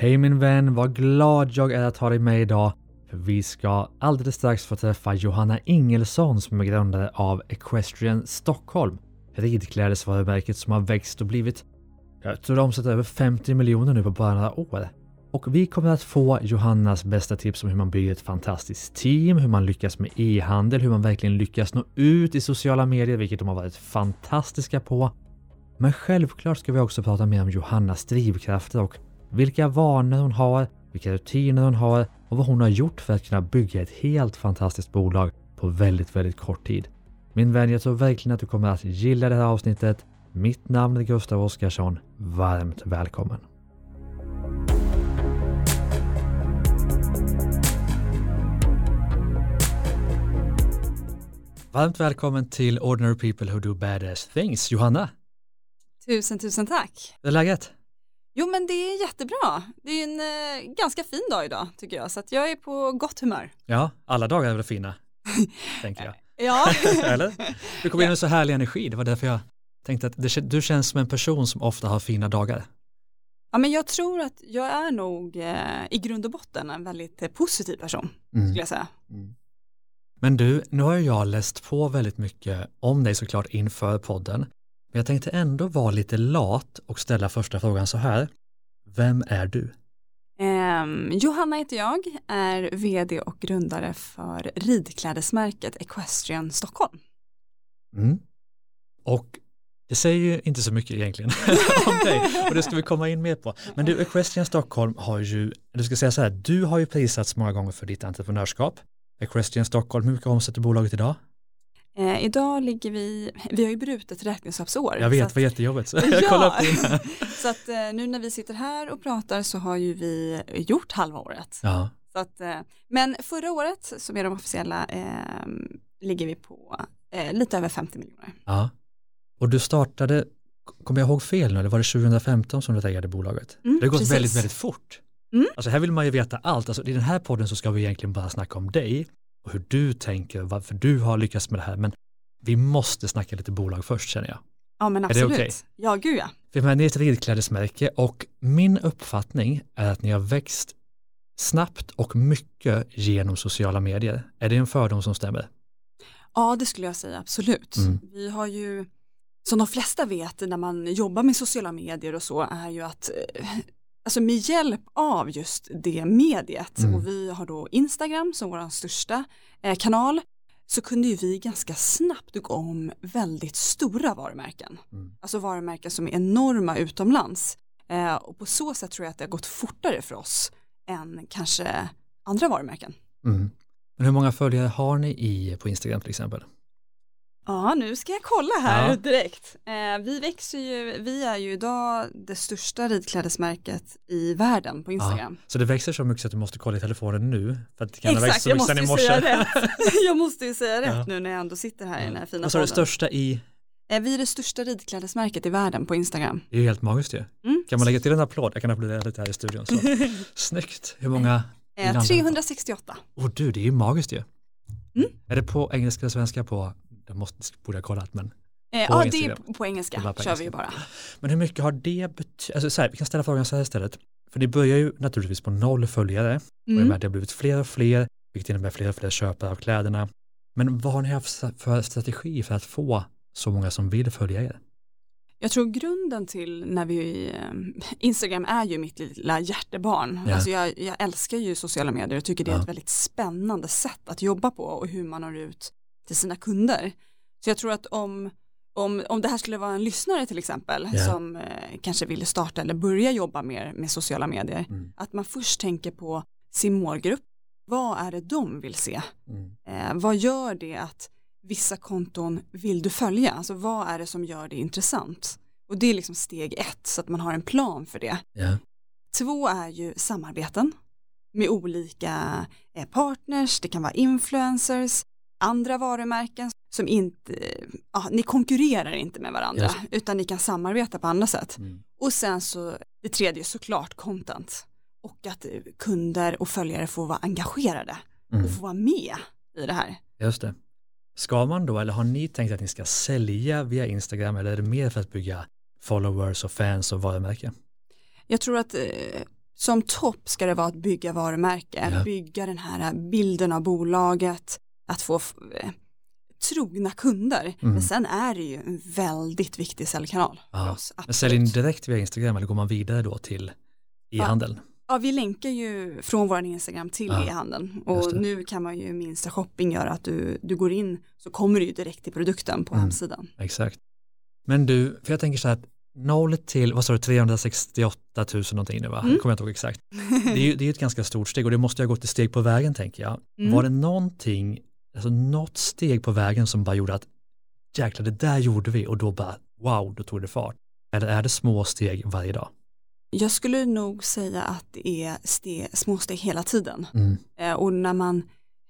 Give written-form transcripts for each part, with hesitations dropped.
Hej min vän, vad glad jag är att ha dig med idag. För vi ska alldeles strax få träffa Johanna Ingelsson som är grundare av Equestrian Stockholm. Ridklädesvarumärket som har växt och blivit, jag tror de omsätter över 50 miljoner nu på bara några år. Och vi kommer att få Johannas bästa tips om hur man bygger ett fantastiskt team, hur man lyckas med e-handel, hur man verkligen lyckas nå ut i sociala medier, vilket de har varit fantastiska på. Men självklart ska vi också prata mer om Johannas drivkrafter och vilka vanor hon har, vilka rutiner hon har och vad hon har gjort för att kunna bygga ett helt fantastiskt bolag på väldigt, väldigt kort tid. Min vän, jag tror verkligen att du kommer att gilla det här avsnittet. Mitt namn är Gustav Oskarsson. Varmt välkommen. Varmt välkommen till Ordinary People Who Do Badass Things, Johanna. Tusen tack. Det är läget? Jo, men det är jättebra. Det är en ganska fin dag idag tycker jag, så att jag är på gott humör. Ja, alla dagar är väl fina, tänker jag. Ja. Eller? Du kommer in med så härlig energi, det var därför jag tänkte att du känns som en person som ofta har fina dagar. Ja, men jag tror att jag är nog i grund och botten en väldigt positiv person, skulle jag säga. Mm. Men du, nu har jag läst på väldigt mycket om dig såklart inför podden. Men jag tänkte ändå vara lite lat och ställa första frågan så här. Vem är du? Johanna heter jag, är vd och grundare för ridklädesmärket Equestrian Stockholm. Mm. Och det säger ju inte så mycket egentligen om dig, och det ska vi komma in mer på. Men du, Equestrian Stockholm har ju, du ska säga så här, du har ju prisats många gånger för ditt entreprenörskap. Equestrian Stockholm, hur mycket omsätter bolaget idag? Idag ligger vi har ju brutit räkenskapsår. Jag vet, det var jättejobbigt. Så jag kollar upp det. Så att nu när vi sitter här och pratar så har ju vi gjort halva året. Ja. Så att, men förra året, som är de officiella, ligger vi på lite över 50 miljoner. Ja. Och du startade, kommer jag ihåg fel nu, eller var det 2015 som du ägde bolaget? Det har gått precis. väldigt, väldigt fort. Alltså här vill man ju veta allt. Alltså i den här podden så ska vi egentligen bara snacka om dig och hur du tänker, varför du har lyckats med det här. Men vi måste snacka lite bolag först, känner jag. Ja, men absolut. Är det okej? Ja, gud ja. För ni är ett ridklädesmärke och min uppfattning är att ni har växt snabbt och mycket genom sociala medier. Är det en fördom som stämmer? Ja, det skulle jag säga, absolut. Vi har ju, som de flesta vet när man jobbar med sociala medier och så, är ju att alltså med hjälp av just det mediet, och vi har då Instagram som vår största kanal, så kunde ju vi ganska snabbt gå om väldigt stora varumärken. Alltså varumärken som är enorma utomlands. Och på så sätt tror jag att det har gått fortare för oss än kanske andra varumärken. Men hur många följare har ni på Instagram till exempel? Ja, nu ska jag kolla här direkt. Vi växer ju, vi är ju idag det största ridklädesmärket i världen på Instagram. Så det växer så mycket så att du måste kolla i telefonen nu? För att det kan ha växt Exakt, så mycket sedan i morse. Jag måste ju säga rätt nu när jag ändå sitter här i den här fina podden. Och så är det största i? Vi är det största ridklädesmärket i världen på Instagram. Det är ju helt magiskt ju. Kan man lägga till en applåd? Jag kan applådera lite här i studion. Så. Snyggt. Hur många? 368. Du, det är ju magiskt ju. Är det på engelska eller svenska på? Borde jag kollat, men ja, det är på engelska. Kör vi ju bara. Men hur mycket har det betytt? Alltså, vi kan ställa frågan så här istället. För det börjar ju naturligtvis på 0 följare. Och det har blivit fler och fler, vilket innebär fler och fler köpare av kläderna. Men vad har ni haft för strategi för att få så många som vill följa er? Jag tror grunden till när vi Instagram är ju mitt lilla hjärtebarn. Ja. Alltså jag älskar ju sociala medier och tycker det är ett väldigt spännande sätt att jobba på och hur man når ut till sina kunder. Så jag tror att om det här skulle vara en lyssnare till exempel som kanske vill starta eller börja jobba mer med sociala medier, att man först tänker på sin målgrupp. Vad är det de vill se? Vad gör det att vissa konton vill du följa? Alltså vad är det som gör det intressant? Och det är liksom steg 1, så att man har en plan för det. 2 är ju samarbeten med olika partners. Det kan vara influencers, andra varumärken som inte, ni konkurrerar inte med varandra utan ni kan samarbeta på andra sätt. Och sen så det tredje såklart content, och att kunder och följare får vara engagerade och få vara med i det här. Just det. Ska man då, eller har ni tänkt att ni ska sälja via Instagram, eller är det mer för att bygga followers och fans och varumärken? Jag tror att som topp ska det vara att bygga varumärke, bygga den här bilden av bolaget, att få trogna kunder. Men sen är det ju en väldigt viktig säljkanal för oss. Men säljer ni direkt via Instagram eller går man vidare då till e-handeln? Ja, vi länkar ju från vår Instagram till e-handeln. Och nu kan man ju med Insta Shopping göra att du går in så kommer du ju direkt till produkten på hemsidan. Exakt. Men du, för jag tänker så här att 0 till, vad sa du, 368 000 någonting nu va? Det kommer jag inte ihåg exakt. Det är ju ett ganska stort steg och det måste jag ha gått ett steg på vägen tänker jag. Var det någonting, alltså något steg på vägen som bara gjorde att jäklar det där gjorde vi och då bara wow, då tog det fart. Eller är det små steg varje dag? Jag skulle nog säga att det är små steg hela tiden. Och när man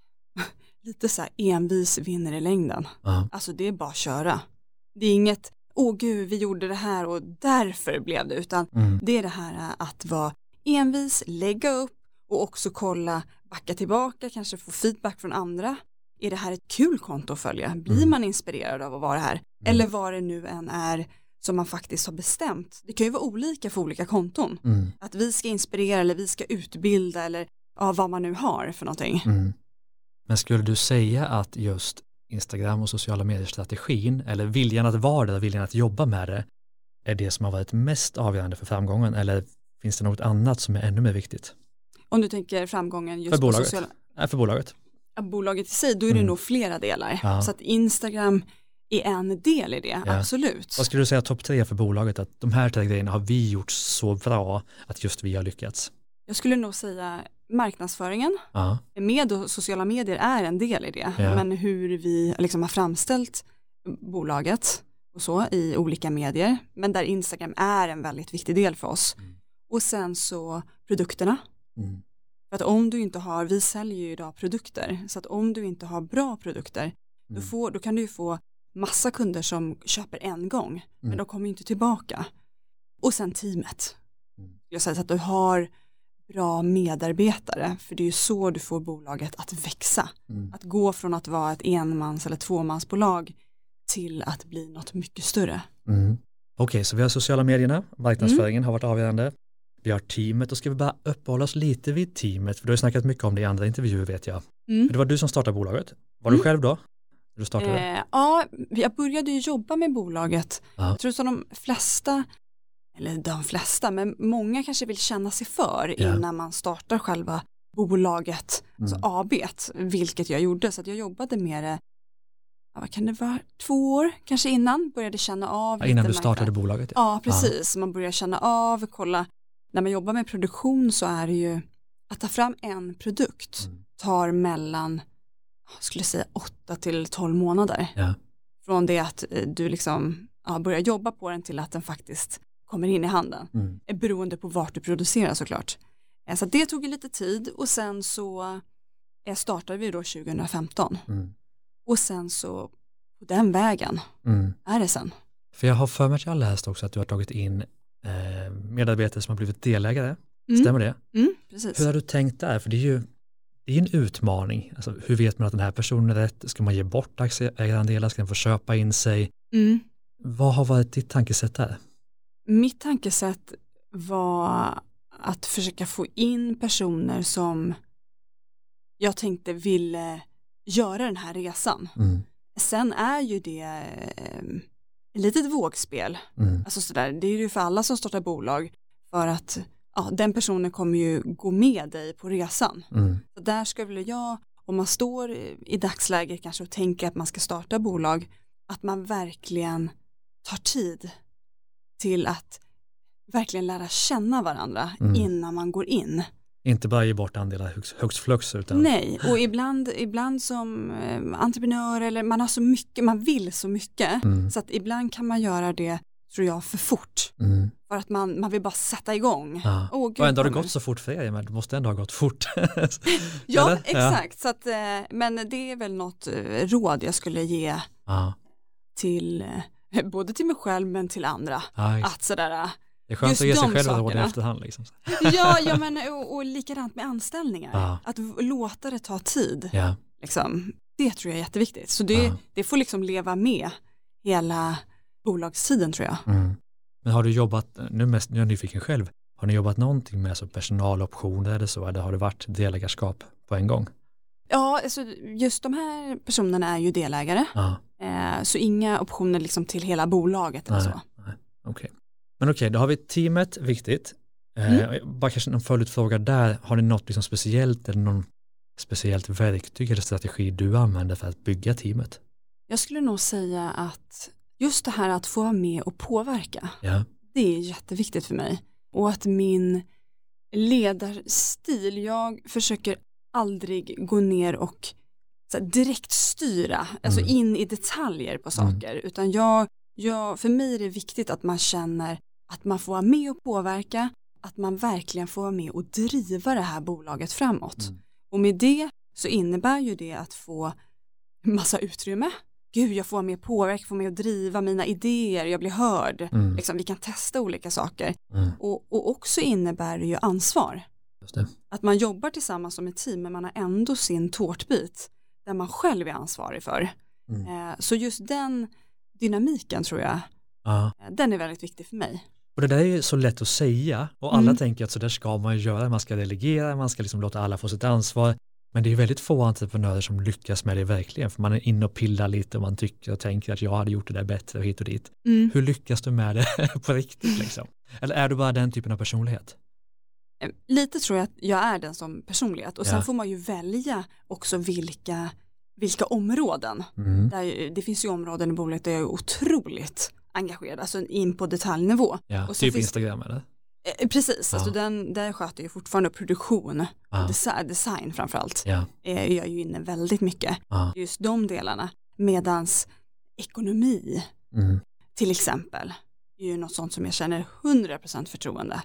lite så här envis vinner i längden. Alltså det är bara att köra. Det är inget, gud vi gjorde det här och därför blev det. Utan det är det här att vara envis, lägga upp och också kolla, backa tillbaka, kanske få feedback från andra. Är det här ett kul konto att följa? Blir man inspirerad av att vara här? Eller vad det nu än är som man faktiskt har bestämt. Det kan ju vara olika för olika konton. Att vi ska inspirera eller vi ska utbilda eller vad man nu har för någonting. Men skulle du säga att just Instagram och sociala medier-strategin eller viljan att vara där, viljan att jobba med det är det som har varit mest avgörande för framgången eller finns det något annat som är ännu mer viktigt? Om du tänker framgången just för bolaget. På sociala... Nej, för bolaget. Bolaget i sig, då är det nog flera delar. Så att Instagram är en del i det, absolut. Vad skulle du säga topp 3 för bolaget? Att de här 3 grejerna har vi gjort så bra att just vi har lyckats. Jag skulle nog säga marknadsföringen. Med och sociala medier är en del i det. Men hur vi liksom har framställt bolaget och så i olika medier. Men där Instagram är en väldigt viktig del för oss. Och sen så produkterna. För att om du inte har, vi säljer ju idag produkter. Så att om du inte har bra produkter då kan du ju få massa kunder som köper en gång. Men de kommer inte tillbaka. Och sen teamet. Jag säger att du har bra medarbetare. För det är ju så du får bolaget att växa. Att gå från att vara ett enmans- eller tvåmansbolag till att bli något mycket större. Okej, så vi har sociala medierna. Marknadsföringen har varit avgörande. Vi har teamet och ska vi bara uppehålla oss lite vid teamet. För du har snackat mycket om det i andra intervjuer vet jag. Det var du som startade bolaget. Var du själv då? Du startade? Jag började ju jobba med bolaget. Jag tror att de flesta, men många kanske vill känna sig för innan man startar själva bolaget, alltså AB:t, vilket jag gjorde. Så att jag jobbade med det, vad kan det vara, 2 år kanske innan, började känna av. Innan du startade bolaget? Ja, precis. Man börjar känna av, kolla. När man jobbar med produktion så är det ju att ta fram en produkt tar mellan, jag skulle säga 8 till 12 månader. Från det att du liksom börjar jobba på den till att den faktiskt kommer in i handeln. Är beroende på vart du producerar såklart. Så det tog ju lite tid och sen så startade vi då 2015. Och sen så på den vägen är det sen. För jag har för mig att jag läst också att du har tagit in medarbetare som har blivit delägare. Stämmer det? Precis. Hur har du tänkt där? För det är ju en utmaning. Alltså, hur vet man att den här personen är rätt? Ska man ge bort aktieägarandelar? Ska den få köpa in sig? Vad har varit ditt tankesätt där? Mitt tankesätt var att försöka få in personer som jag tänkte ville göra den här resan. Sen är ju det ett litet vågspel. Alltså sådär, det är ju för alla som startar bolag för att den personen kommer ju gå med dig på resan. Så där skulle jag, om man står i dagsläget kanske och tänker att man ska starta bolag, att man verkligen tar tid till att verkligen lära känna varandra innan man går in. Inte bara ge bort andelar högst flux utan... Nej, och ibland som entreprenör eller man har så mycket, man vill så mycket så att ibland kan man göra det, tror jag, för fort. För att man vill bara sätta igång. Och ändå har det gått så fort för er, men det måste ändå ha gått fort. Ja, eller? Exakt. Så att, men det är väl något råd jag skulle ge till både till mig själv men till andra. Att sådär... Det är skönt att ge sig själv råd i efterhand. Liksom. Ja, men och likadant med anställningar. Att låta det ta tid. Liksom, det tror jag är jätteviktigt. Så det får liksom leva med hela bolagstiden tror jag. Men har du jobbat, nu är jag nyfiken själv, Har ni jobbat någonting med så personaloptioner eller så? Eller har det varit delägarskap på en gång? Ja, alltså just de här personerna är ju delägare. Så inga optioner liksom till hela bolaget eller så. Okej. Men okej, då har vi teamet, viktigt. Bara kanske någon följdfråga där. Har ni något liksom speciellt eller någon speciellt verktyg eller strategi du använder för att bygga teamet? Jag skulle nog säga att just det här att få vara med och påverka, det är jätteviktigt för mig. Och att min ledarstil, jag försöker aldrig gå ner och så här, direkt styra, alltså in i detaljer på saker, utan för mig är det viktigt att man känner att man får vara med och påverka, att man verkligen får vara med och driva det här bolaget framåt. Och med det så innebär ju det att få massa utrymme. Gud, jag får vara med och påverka, får med och driva mina idéer, jag blir hörd. Liksom, vi kan testa olika saker. Och också innebär det ju ansvar. Just det. Att man jobbar tillsammans som ett team, men man har ändå sin tårtbit där man själv är ansvarig för. Så just den dynamiken tror jag, den är väldigt viktig för mig. Och det där är ju så lätt att säga och alla tänker att så där ska man göra, man ska delegera, man ska liksom låta alla få sitt ansvar. Men det är väldigt få entreprenörer som lyckas med det verkligen, för man är inne och pillar lite och man tycker och tänker att jag hade gjort det där bättre och hit och dit. Hur lyckas du med det på riktigt liksom? Eller är du bara den typen av personlighet? Lite tror jag att jag är den som personlighet, och sen får man ju välja också vilka områden. Det finns ju områden i bolaget där jag är otroligt engagerad, alltså in på detaljnivå. Ja, och typ Instagram eller? Precis, alltså där sköter jag fortfarande produktion, design framförallt. Är jag ju inne väldigt mycket. Just de delarna. Medans ekonomi till exempel är ju något sånt som jag känner 100% förtroende.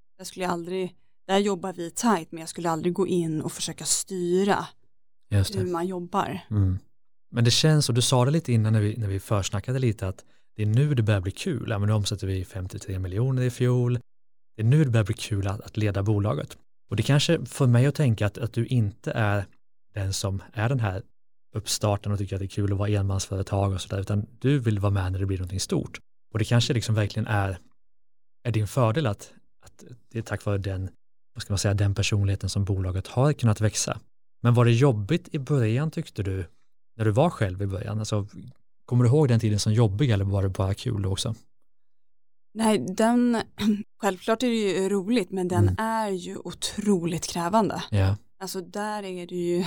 Där jobbar vi tajt, men jag skulle aldrig gå in och försöka styra hur man jobbar. Men det känns, och du sa det lite innan när vi försnackade lite, att det är nu det börjar bli kul. Ja, men nu omsätter vi 53 miljoner i fjol. Det är nu det börjar bli kul att leda bolaget. Och det kanske får mig att tänka att du inte är den som är den här uppstarten och tycker att det är kul att vara enmansföretag och sådär, utan du vill vara med när det blir någonting stort. Och det kanske liksom verkligen är din fördel att det är tack vare den personligheten som bolaget har kunnat växa. Men var det jobbigt i början, tyckte du, när du var själv i början? Alltså, kommer du ihåg den tiden som jobbig, eller var det bara kul då också? Nej, självklart är det ju roligt, men den är ju otroligt krävande. Alltså där är det ju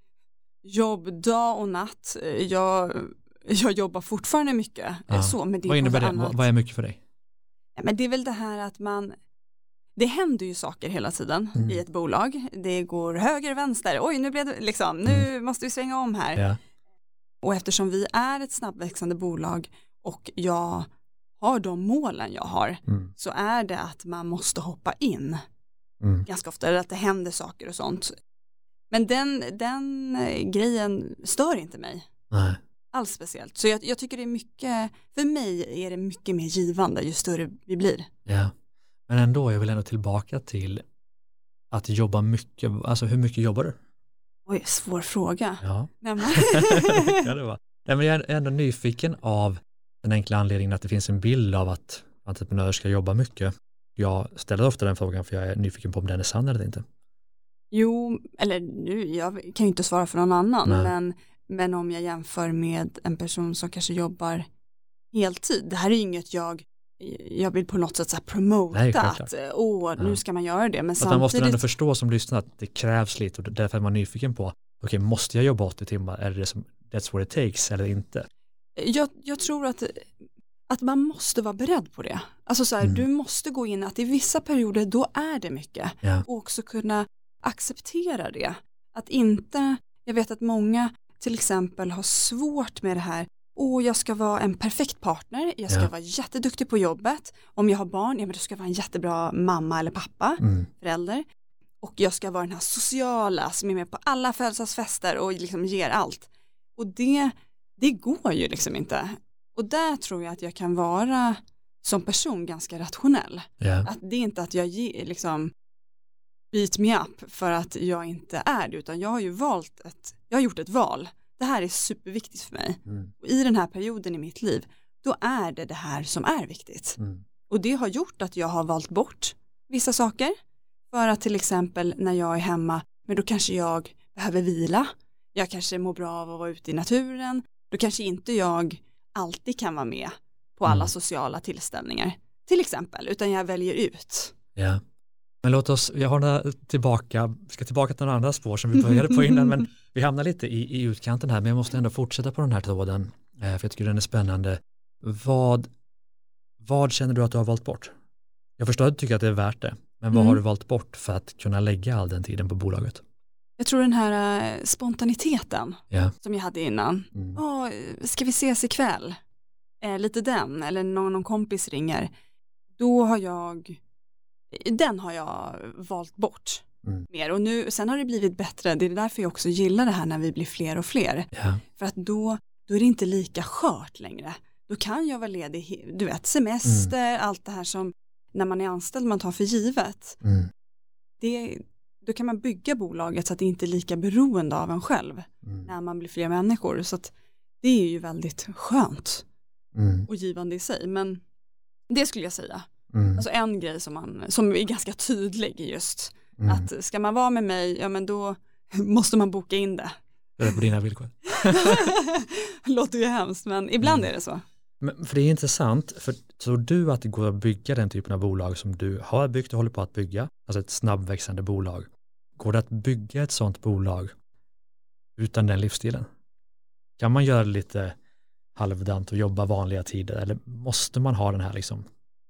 jobb dag och natt. Jag jobbar fortfarande mycket. Men det vad innebär det? Vad är mycket för dig? Ja, men det är väl det här att det händer ju saker hela tiden i ett bolag. Det går höger, vänster. Oj, nu blev det liksom, nu måste vi svänga om här. Och eftersom vi är ett snabbväxande bolag och jag har de målen jag har, så är det att man måste hoppa in ganska ofta, eller att det händer saker och sånt. Men den grejen stör inte mig. Nej. Alls speciellt. Så jag tycker det är mycket, för mig är det mycket mer givande ju större vi blir. Ja, men ändå, jag vill ändå tillbaka till att jobba mycket. Alltså hur mycket jobbar du? Oj, svår fråga. Ja. Kan det vara. Nej, men jag är ändå nyfiken av den enkla anledningen att det finns en bild av att entreprenörer ska jobba mycket. Jag ställer ofta den frågan för jag är nyfiken på om den är sann eller inte. Jo, eller nu, jag kan ju inte svara för någon annan, men om jag jämför med en person som kanske jobbar heltid, det här är inget jag vill på något sätt så här promota. Nej, att nu ska man göra det. Men samtidigt man måste ändå förstå som lyssnar att det krävs lite, och därför är man nyfiken på okej, måste jag jobba 80 timmar? Är det som that's what it takes eller inte? Jag tror att man måste vara beredd på det. Alltså så här, du måste gå in att i vissa perioder då är det mycket. Och också kunna acceptera det. Att inte, jag vet att många till exempel har svårt med det här. Jag ska vara en perfekt partner. Jag ska vara jätteduktig på jobbet. Om jag har barn, men då ska jag vara en jättebra mamma eller pappa, förälder. Och jag ska vara den här sociala som är med på alla födelsedagsfester och liksom ger allt. Och det går ju liksom inte. Och där tror jag att jag kan vara som person ganska rationell. Att det är inte att jag liksom beat me up för att jag inte är det, utan jag har ju jag har gjort ett val. Det här är superviktigt för mig. Och i den här perioden i mitt liv, då är det här som är viktigt. Och det har gjort att jag har valt bort vissa saker. För att till exempel när jag är hemma, men då kanske jag behöver vila. Jag kanske mår bra av att vara ute i naturen. Då kanske inte jag alltid kan vara med på alla sociala tillställningar. Till exempel, utan jag väljer ut. Ja. Men låt oss, jag har ska tillbaka till några andra spår som vi började på innan, men vi hamnar lite i utkanten här, men jag måste ändå fortsätta på den här tråden, för jag tycker den är spännande. Vad känner du att du har valt bort? Jag förstår att du tycker att det är värt det, men vad har du valt bort för att kunna lägga all den tiden på bolaget? Jag tror den här spontaniteten som jag hade innan. Ska vi ses ikväll? Lite den, eller någon kompis ringer. Den har jag valt bort mer. Och sen har det blivit bättre. Det är därför jag också gillar det här när vi blir fler och fler. För att då är det inte lika skört längre. Då kan jag vara ledig, du vet, semester, allt det här som när man är anställd man tar för givet. Då kan man bygga bolaget så att det inte är lika beroende av en själv när man blir fler människor. Så att det är ju väldigt skönt och givande i sig. Men det skulle jag säga. Alltså en grej som är ganska tydlig just. Att ska man vara med mig, ja men då måste man boka in det. Det är på dina villkor. Låter ju hemskt, men ibland är det så. Men för det är intressant, för tror du att det går att bygga den typen av bolag som du har byggt och håller på att bygga, alltså ett snabbväxande bolag, går det att bygga ett sånt bolag utan den livsstilen? Kan man göra det lite halvdant och jobba vanliga tider, eller måste man ha den här liksom,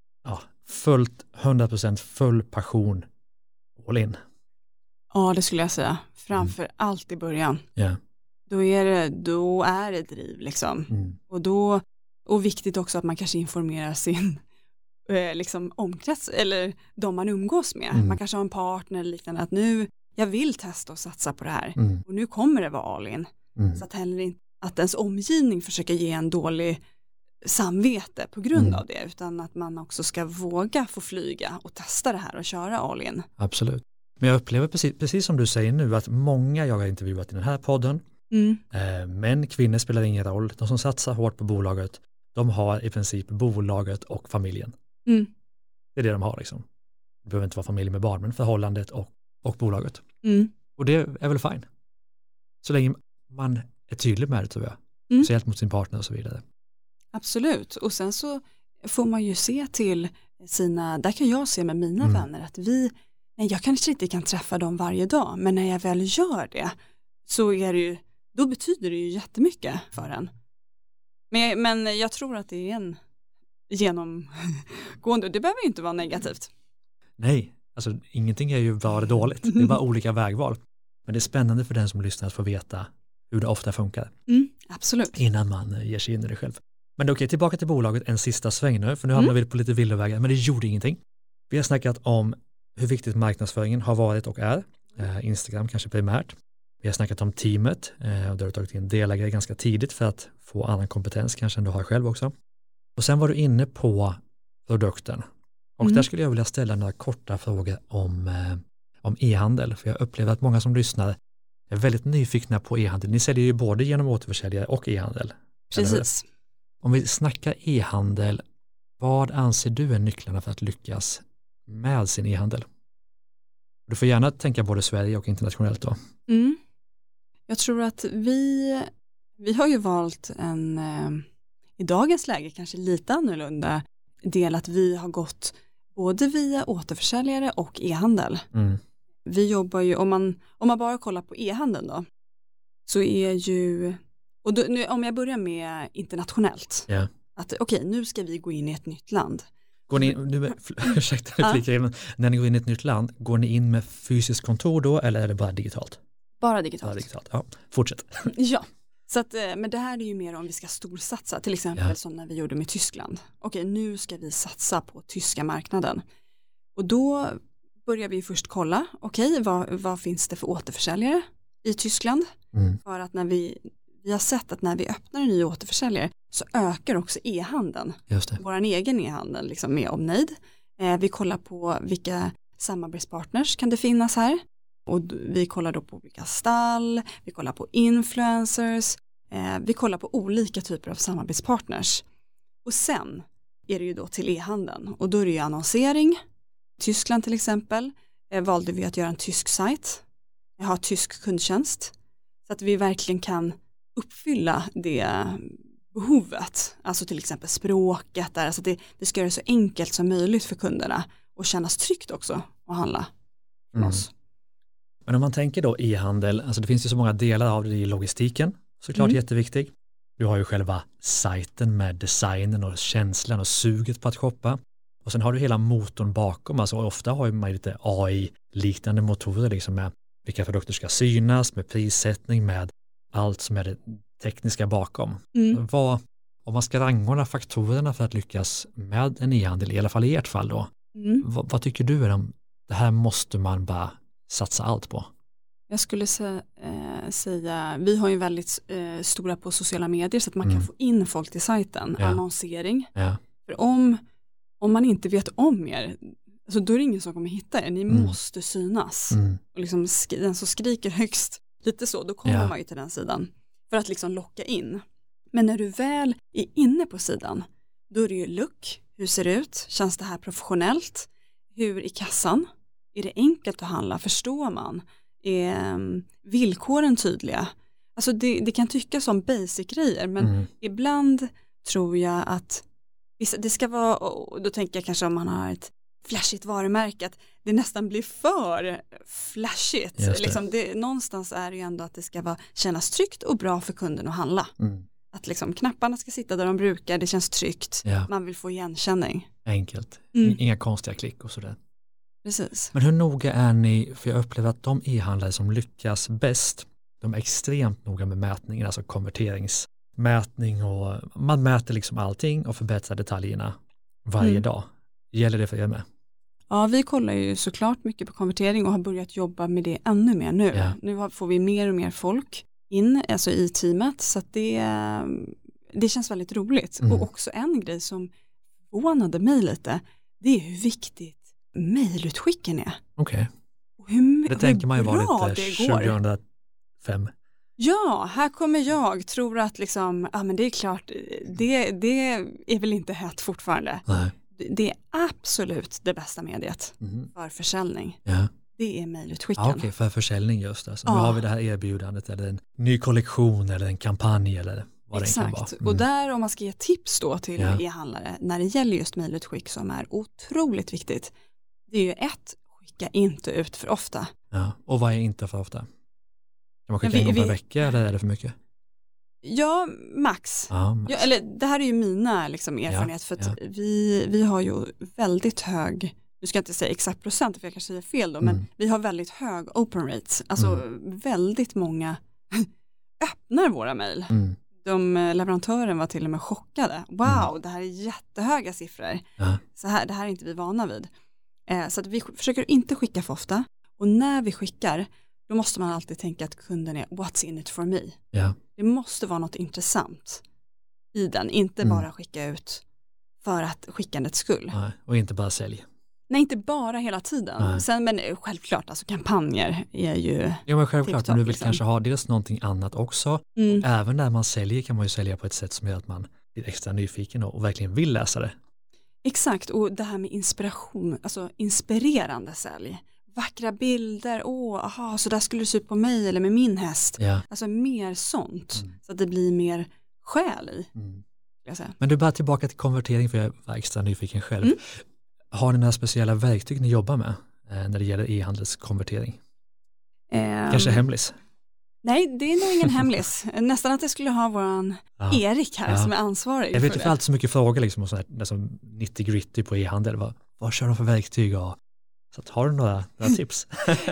fullt 100% full passion all in? Ja, det skulle jag säga. Framför allt i början. Då är det driv liksom. Och viktigt också att man kanske informerar sin liksom omkrets eller de man umgås med. Man kanske har en partner eller liknande, att nu jag vill testa och satsa på det här. Och nu kommer det vara all in. Så att heller inte att ens omgivning försöker ge en dålig samvete på grund av det, utan att man också ska våga få flyga och testa det här och köra all in. Absolut. Men jag upplever precis som du säger nu att många jag har intervjuat i den här podden, män, kvinnor spelar ingen roll. De som satsar hårt på bolaget, de har i princip bolaget och familjen. Det är det de har liksom. Det behöver inte vara familj med barn, men förhållandet och bolaget. Och det är väl fine. Så länge man är tydlig med det, tror jag. Speciellt mot sin partner och så vidare. Absolut. Och sen så får man ju se till där kan jag se med mina vänner att jag kanske inte kan träffa dem varje dag, men när jag väl gör det så är det ju, då betyder det ju jättemycket för en. Men jag tror att det är en genomgående, det behöver ju inte vara negativt. Nej, alltså ingenting är ju bra eller dåligt, det är bara olika vägval. Men det är spännande för den som lyssnar att få veta hur det ofta funkar. Absolut. Innan man ger sig in i det själv. Men okej, tillbaka till bolaget en sista sväng nu, för nu hamnar vi på lite villovägar, men det gjorde ingenting. Vi har snackat om hur viktigt marknadsföringen har varit och är. Instagram kanske primärt. Vi har snackat om teamet och du har tagit in delägare ganska tidigt för att få annan kompetens kanske än du har själv också. Och sen var du inne på produkten. Och där skulle jag vilja ställa några korta frågor om e-handel. För jag upplever att många som lyssnar är väldigt nyfikna på e-handel. Ni säljer ju både genom återförsäljare och e-handel. Precis. Om vi snackar e-handel, vad anser du är nycklarna för att lyckas med sin e-handel? Du får gärna tänka både Sverige och internationellt då. Jag tror att vi har ju valt i dagens läge kanske lite annorlunda del, att vi har gått både via återförsäljare och e-handel. Vi jobbar ju, om man bara kollar på e-handeln då, så är ju, och då, nu, om jag börjar med internationellt, att okej, nu ska vi gå in i ett nytt land. Går ni, när ni går in i ett nytt land, går ni in med fysiskt kontor då, eller är det bara digitalt? Bara digitalt. Bara digitalt, ja. Fortsätt. Ja, så att, men det här är ju mer om vi ska storsatsa, till exempel som när vi gjorde med Tyskland. Okej, nu ska vi satsa på tyska marknaden. Och då börjar vi först kolla, okej, vad finns det för återförsäljare i Tyskland? För att när vi har sett att när vi öppnar en ny återförsäljare så ökar också e-handeln. Just det. Vår egen e-handel liksom med Omneid. Vi kollar på vilka samarbetspartners kan det finnas här. Och vi kollar då på vilka stall, vi kollar på influencers, vi kollar på olika typer av samarbetspartners. Och sen är det ju då till e-handeln. Och då är det ju annonsering, Tyskland till exempel valde vi att göra en tysk sajt. Ha tysk kundtjänst. Så att vi verkligen kan uppfylla det behovet. Alltså till exempel språket där. Alltså vi ska göra det så enkelt som möjligt för kunderna. Och kännas tryggt också att handla från oss. Men om man tänker då e-handel, alltså det finns ju så många delar av det i logistiken. Såklart jätteviktig. Du har ju själva sajten med designen och känslan och suget på att shoppa. Och sen har du hela motorn bakom. Alltså ofta har man lite AI-liknande motorer liksom med vilka produkter ska synas, med prissättning, med allt som är det tekniska bakom. Om man ska rangordna faktorerna för att lyckas med en e-handel, i alla fall i ert fall då. Vad tycker du är det här måste man bara satsa allt på? Jag skulle säga, vi har ju väldigt stora på sociala medier så att man kan få in folk till sajten, annonsering. Ja. För om man inte vet om er, alltså då är det ingen som kommer hitta er. Ni måste synas. Och liksom den som skriker högst, lite så, då kommer man ju till den sidan. För att liksom locka in. Men när du väl är inne på sidan, då är det ju look. Hur ser det ut? Känns det här professionellt? Hur i kassan? Är det enkelt att handla? Förstår man? Är villkoren tydliga? Alltså det kan tyckas som basic-grejer, men ibland tror jag att det ska vara, och då tänker jag kanske om man har ett flashigt varumärke, att det nästan blir för flashigt. Liksom någonstans är det ju ändå att det ska kännas tryggt och bra för kunden att handla. Att liksom knapparna ska sitta där de brukar, det känns tryggt. Man vill få igenkänning. Enkelt. Inga konstiga klick och sådär. Precis. Men hur noga är ni, för jag upplever att de e-handlare som lyckas bäst, de är extremt noga med mätningen, alltså konverteringsmätning, och man mäter liksom allting och förbättrar detaljerna varje dag. Gäller det för er med? Ja, vi kollar ju såklart mycket på konvertering och har börjat jobba med det ännu mer nu. Ja. Nu får vi mer och mer folk in, alltså i teamet, så att det känns väldigt roligt. Och också en grej som förvånade mig lite, det är hur viktigt mejlutskicken är. Okej. Okay. Det tänker man ju var lite 2005. Ja, här kommer jag, tror att liksom, ja men det är klart, det är väl inte hett fortfarande. Nej. Det är absolut det bästa mediet för försäljning. Ja. Det är mejlutskicken. Ja, okej, för försäljning just. Alltså. Nu har vi det här erbjudandet eller en ny kollektion eller en kampanj eller vad det kan vara. Exakt, och där om man ska ge tips då till e-handlare när det gäller just mejlutskick som är otroligt viktigt. Det är ju skicka inte ut för ofta. Ja, och vad är inte för ofta? Kan man skicka en gång per vecka eller är det för mycket? Ja, max. Eller det här är ju mina liksom, erfarenhet för att vi har ju väldigt hög, nu ska jag inte säga exakt procent för jag kanske säger fel då, men vi har väldigt hög open rates. Alltså väldigt många öppnar våra mejl. Leverantören var till och med chockade. Wow, det här är jättehöga siffror. Så här, det här är inte vi vana vid. Så att vi försöker inte skicka för ofta. Och när vi skickar, då måste man alltid tänka att kunden är what's in it for me. Det måste vara något intressant i den. Inte bara skicka ut för att skickandets skull. Nej, och inte bara sälj. Nej, inte bara hela tiden. Sen, men självklart, alltså kampanjer är ju... Ja, men självklart, men du vill kanske ha dels någonting annat också. Även när man säljer kan man ju sälja på ett sätt som gör att man blir extra nyfiken och verkligen vill läsa det. Exakt, och det här med inspiration, alltså inspirerande sälj. Vackra bilder, så där skulle det se ut på mig eller med min häst. Alltså mer sånt, så att det blir mer själ i. Men du bara tillbaka till konvertering, för jag var extra nyfiken själv. Har ni några speciella verktyg ni jobbar med när det gäller e-handelskonvertering? Kanske hemlis? Nej, det är nog ingen hemlis. Nästan att jag skulle ha våran Erik här som är ansvarig. Jag vet inte för allt så mycket frågor liksom, och sådär, 90-gritty på e-handel. Vad kör de för verktyg? Så att, har du några tips?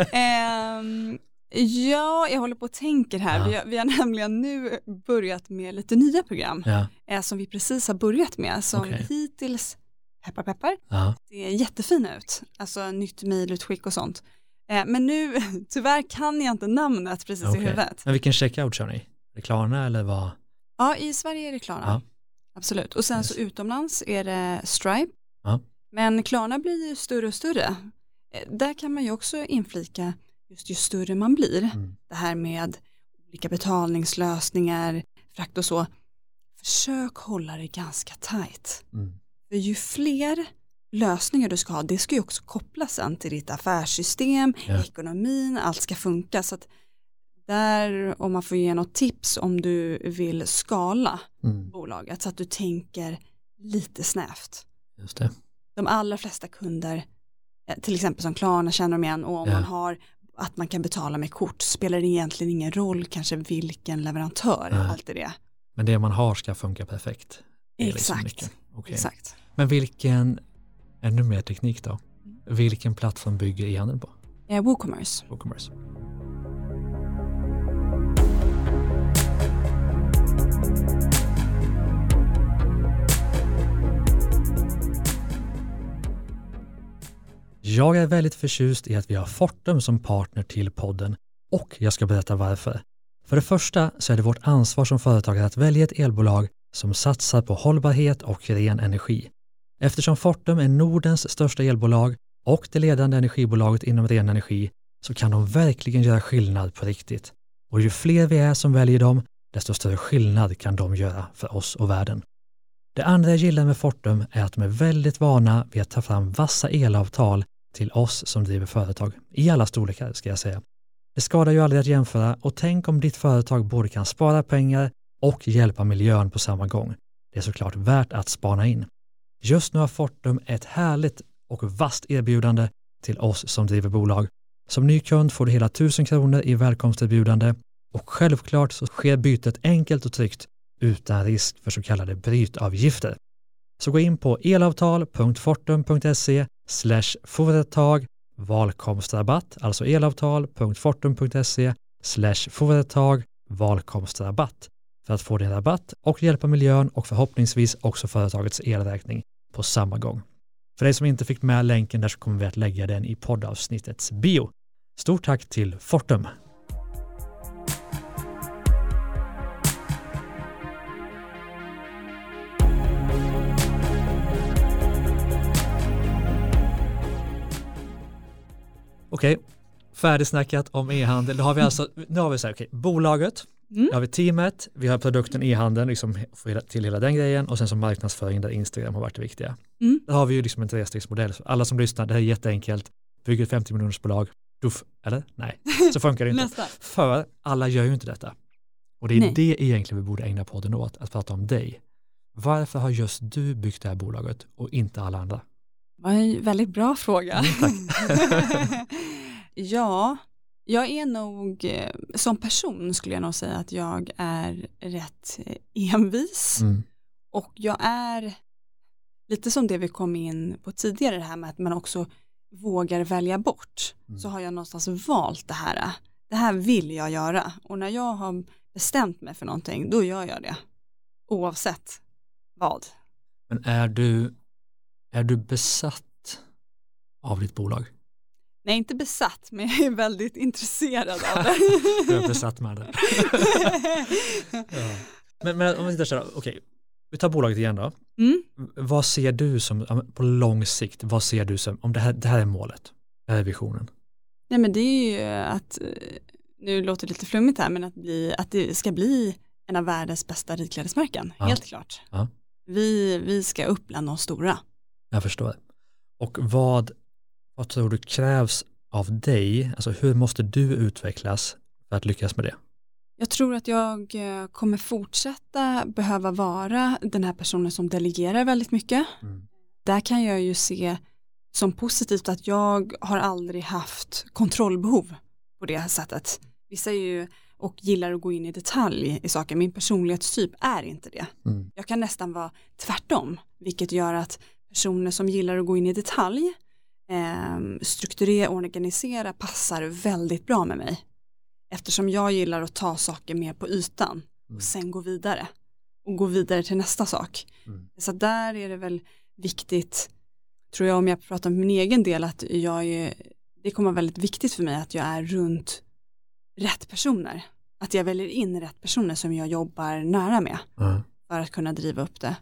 Ja, jag håller på och tänker här. Vi har nämligen nu börjat med lite nya program som vi precis har börjat med. Som hittills, peppar, det är jättefina ut. Alltså nytt mejlutskick och sånt. Men nu, tyvärr kan jag inte namnet precis i huvudet. Men vilken checkout kör ni? Är det Klarna eller vad? Ja, i Sverige är det Klarna. Absolut. Och sen så utomlands är det Stripe. Men Klarna blir ju större och större. Där kan man ju också inflika just ju större man blir. Det här med olika betalningslösningar, frakt och så. Försök hålla det ganska tajt. För ju fler lösningar du ska ha, det ska ju också kopplas sen till ditt affärssystem, ekonomin, allt ska funka. Så att där, om man får ge något tips om du vill skala bolaget så att du tänker lite snävt. Just det. De allra flesta kunder, till exempel som Klarna, känner de igen, och om man har att man kan betala med kort, spelar det egentligen ingen roll kanske vilken leverantör, allt är det. Men det man har ska funka perfekt. Exakt. Okay. Exakt. Men vilken, ännu mer teknik då, vilken plattform bygger e-handeln på? WooCommerce. WooCommerce. Jag är väldigt förtjust i att vi har Fortum som partner till podden och jag ska berätta varför. För det första så är det vårt ansvar som företagare att välja ett elbolag som satsar på hållbarhet och ren energi. Eftersom Fortum är Nordens största elbolag och det ledande energibolaget inom ren energi så kan de verkligen göra skillnad på riktigt. Och ju fler vi är som väljer dem, desto större skillnad kan de göra för oss och världen. Det andra jag gillar med Fortum är att de är väldigt vana vid att ta fram vassa elavtal till oss som driver företag, i alla storlekar ska jag säga. Det skadar ju aldrig att jämföra och tänk om ditt företag både kan spara pengar och hjälpa miljön på samma gång. Det är såklart värt att spana in. Just nu har Fortum ett härligt och vasst erbjudande till oss som driver bolag. Som ny kund får du hela 1000 kronor i välkomsterbjudande och självklart så sker bytet enkelt och tryggt utan risk för så kallade brytavgifter. Så gå in på elavtal.fortum.se/företag valkomstrabatt, alltså elavtal.fortum.se/företag valkomstrabatt för att få din rabatt och hjälpa miljön och förhoppningsvis också företagets elräkning på samma gång. För dig som inte fick med länken där så kommer vi att lägga den i poddavsnittets bio. Stort tack till Fortum! Okej, färdigsnackat om e-handel. Då har vi alltså, nu har vi så här, bolaget, då har vi teamet, vi har produkten e-handeln, liksom till hela den grejen och sen som marknadsföring där Instagram har varit det viktiga. Där har vi ju liksom en trestegsmodell. Alla som lyssnar, det här är jätteenkelt. Bygger ett 50 miljoners bolag. Eller? Nej, så funkar det inte. För alla gör ju inte detta. Och det är det egentligen vi borde ägna podden åt, att prata om dig. Varför har just du byggt det här bolaget och inte alla andra? Det var en väldigt bra fråga. Tack. Ja, jag är nog, som person skulle jag nog säga att jag är rätt envis. Och jag är lite som det vi kom in på tidigare, det här med att man också vågar välja bort. Så har jag någonstans valt det här. Det här vill jag göra. Och när jag har bestämt mig för någonting, då gör jag det. Oavsett vad. Men är du besatt av ditt bolag? Nej, inte besatt, men jag är väldigt intresserad av det. Du är besatt med det. Ja. Men om vi tittar så här, okej. Vi tar bolaget igen då. Vad ser du som, på lång sikt, vad ser du som, om det här är målet, det här är visionen? Nej, men det är ju att, nu låter det lite flummigt här, men att det ska bli en av världens bästa ridklädesmärken, helt klart. Ja. Vi ska upp bland de stora. Jag förstår. Och vad tror du krävs av dig, alltså hur måste du utvecklas för att lyckas med det? Jag tror att jag kommer fortsätta behöva vara den här personen som delegerar väldigt mycket. Där kan jag ju se som positivt att jag har aldrig haft kontrollbehov på det här sättet. Vissa är ju och gillar att gå in i detalj i saker. Min personlighetstyp är inte det. Jag kan nästan vara tvärtom, vilket gör att personer som gillar att gå in i detalj, strukturera och organisera passar väldigt bra med mig. Eftersom jag gillar att ta saker mer på ytan och sen gå vidare. Och gå vidare till nästa sak. Så där är det väl viktigt, tror jag, om jag pratar om min egen del, att det kommer vara väldigt viktigt för mig att jag är runt rätt personer. Att jag väljer in rätt personer som jag jobbar nära med för att kunna driva upp det.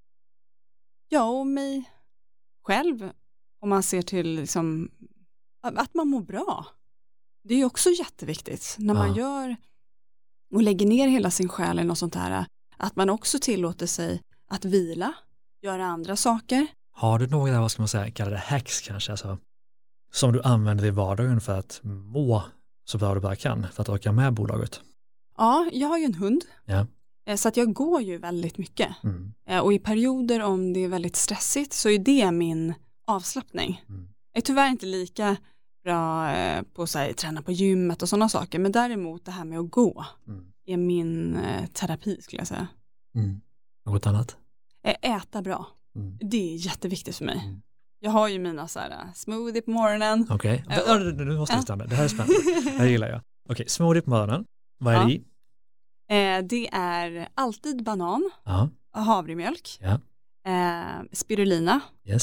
Ja, och mig själv, om man ser till liksom, att man mår bra. Det är också jätteviktigt när man gör och lägger ner hela sin själ i något sånt här, att man också tillåter sig att vila, göra andra saker, Har du några, vad ska man säga, kallar det hacks kanske, alltså, som du använder i vardagen för att må så bra du bara kan, för att orka med bolaget? Ja, jag har ju en hund. Ja. Så att jag går ju väldigt mycket. Mm. Och i perioder om det är väldigt stressigt så är det min avslappning. Mm. Jag är tyvärr inte lika bra på att träna på gymmet och sådana saker. Men däremot det här med att gå är min terapi skulle jag säga. Mm. Något annat? Äta bra. Mm. Det är jätteviktigt för mig. Mm. Jag har ju mina så här smoothie på morgonen. Okej, nu måste jag stanna. Det här är spännande. Det här gillar jag. Okej, smoothie på morgonen. Vad är det i? Det är alltid banan, havremjölk, spirulina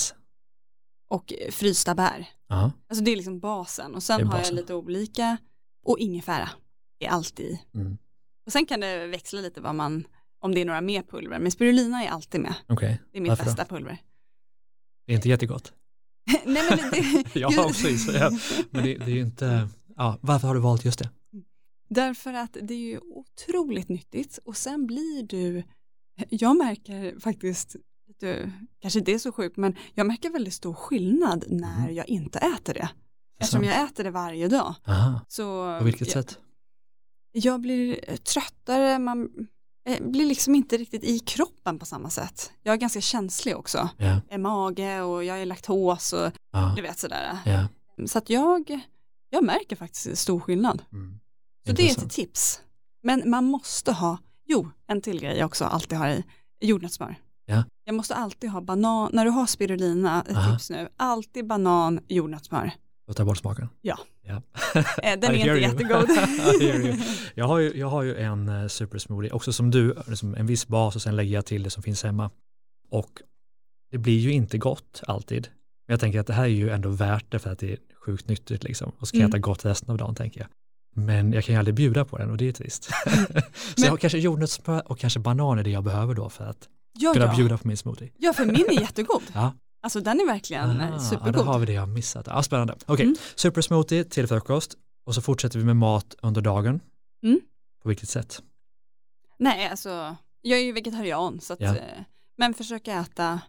och frysta bär. Alltså det är liksom basen. Och sen har jag lite olika och ingefära är alltid. Mm. Och sen kan det växla lite vad man, om det är några mer pulver. Men spirulina är alltid med. Okay. Det är mitt bästa pulver. Det är inte jättegott. Nej, men det... ja, precis. Ja. Men det är ju inte... Ja, varför har du valt just det? Därför att det är ju otroligt nyttigt. Och sen blir du... Jag märker faktiskt... Kanske det är så sjukt, men jag märker väldigt stor skillnad när jag inte äter det. Eftersom jag äter det varje dag. Aha. Så på vilket sätt? Jag blir tröttare, man blir liksom inte riktigt i kroppen på samma sätt. Jag är ganska känslig också. Jag är mage och jag är laktos och du vet sådär. Så att jag märker faktiskt stor skillnad. Så det är ett tips. Men man måste ha, en till grej jag också alltid har i, jordnötssmör. Jag måste alltid ha banan, när du har spirulina, ett tips nu, alltid banan, jordnötssmör. Och ta bort smaken? Ja. Den är inte jättegod. jag har ju en supersmoothie, också som du, liksom en viss bas och sen lägger jag till det som finns hemma. Och det blir ju inte gott alltid. Men jag tänker att det här är ju ändå värt det för att det är sjukt nyttigt liksom. Och så kan jag äta gott resten av dagen, tänker jag. Men jag kan ju aldrig bjuda på den och det är trist. Så jag har kanske jordnötssmör och kanske bananer det jag behöver då för att kunna bjuda på min smoothie. Ja, för min är jättegod. Alltså den är verkligen supergod. Ja, då har vi det jag har missat. Spännande. Okej, supersmoothie till frukost och så fortsätter vi med mat under dagen. På vilket sätt? Nej, alltså jag är ju vegetarian så att, men försöka äta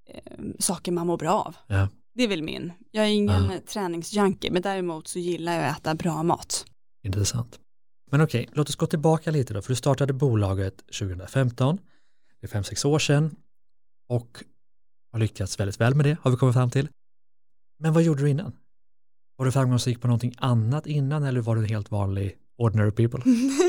saker man mår bra av. Det är väl min. Jag är ingen träningsjunkie, men däremot så gillar jag att äta bra mat. Intressant. Men okej, låt oss gå tillbaka lite då, för du startade bolaget 2015. Det är 5-6 år sedan och har lyckats väldigt väl med det, har vi kommit fram till. Men vad gjorde du innan? Var du framgångsrik på någonting annat innan eller var du en helt vanlig ordinary people?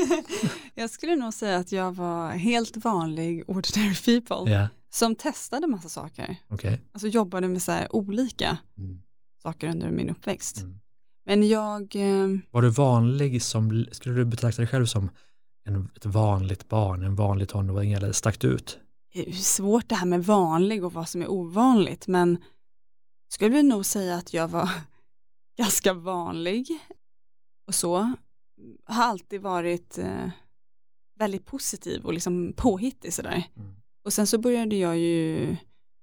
Jag skulle nog säga att jag var helt vanlig ordinary people som testade massa saker. Alltså jobbade med så här olika saker under min uppväxt. Men jag... Var du vanlig som, skulle du betrakta dig själv som ett vanligt barn, en vanlig tonåring eller stack du ut? Det är svårt det här med vanlig och vad som är ovanligt, men skulle vi nog säga att jag var ganska vanlig och så. Har alltid varit väldigt positiv och liksom påhittig sådär. Och sen så började jag ju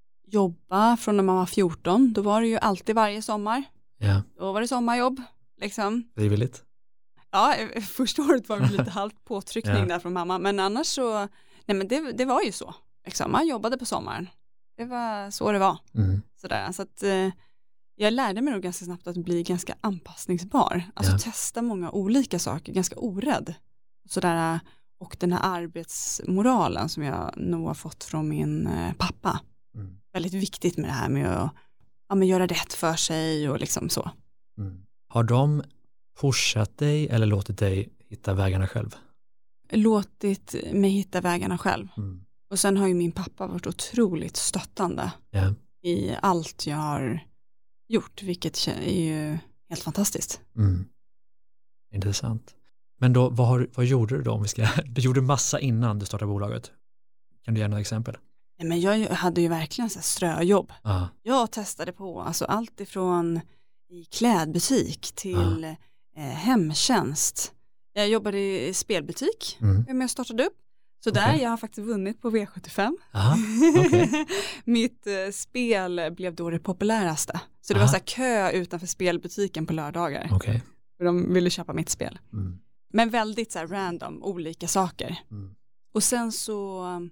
jobba från när man var 14. Då var det ju alltid varje sommar. Då var det sommarjobb liksom. Frivilligt? Ja, första året var det lite halvt påtryckning där från mamma. Men annars så, nej men det var ju så. Liksom. Man jobbade på sommaren. Det var så det var. Sådär. Så att jag lärde mig nog ganska snabbt att bli ganska anpassningsbar. Alltså testa många olika saker, ganska orädd. Sådär. Och den här arbetsmoralen som jag nog har fått från min pappa. Väldigt viktigt med det här med att göra rätt för sig och liksom så. Har de pushat dig eller låtit dig hitta vägarna själv? Låtit mig hitta vägarna själv. Och sen har ju min pappa varit otroligt stöttande i allt jag har gjort, vilket är ju helt fantastiskt. Intressant. Men då, vad gjorde du då? Du gjorde massa innan du startade bolaget. Kan du ge några exempel? Nej, men jag hade ju verkligen så här ströjobb. Jag testade på alltså allt ifrån i klädbutik till hemtjänst. Jag jobbade i spelbutik när jag startade upp. Så där jag har faktiskt vunnit på V75. Mitt spel blev då det populäraste. Så det var så här kö utanför spelbutiken på lördagar. Och de ville köpa mitt spel. Men väldigt så här random, olika saker. Och sen så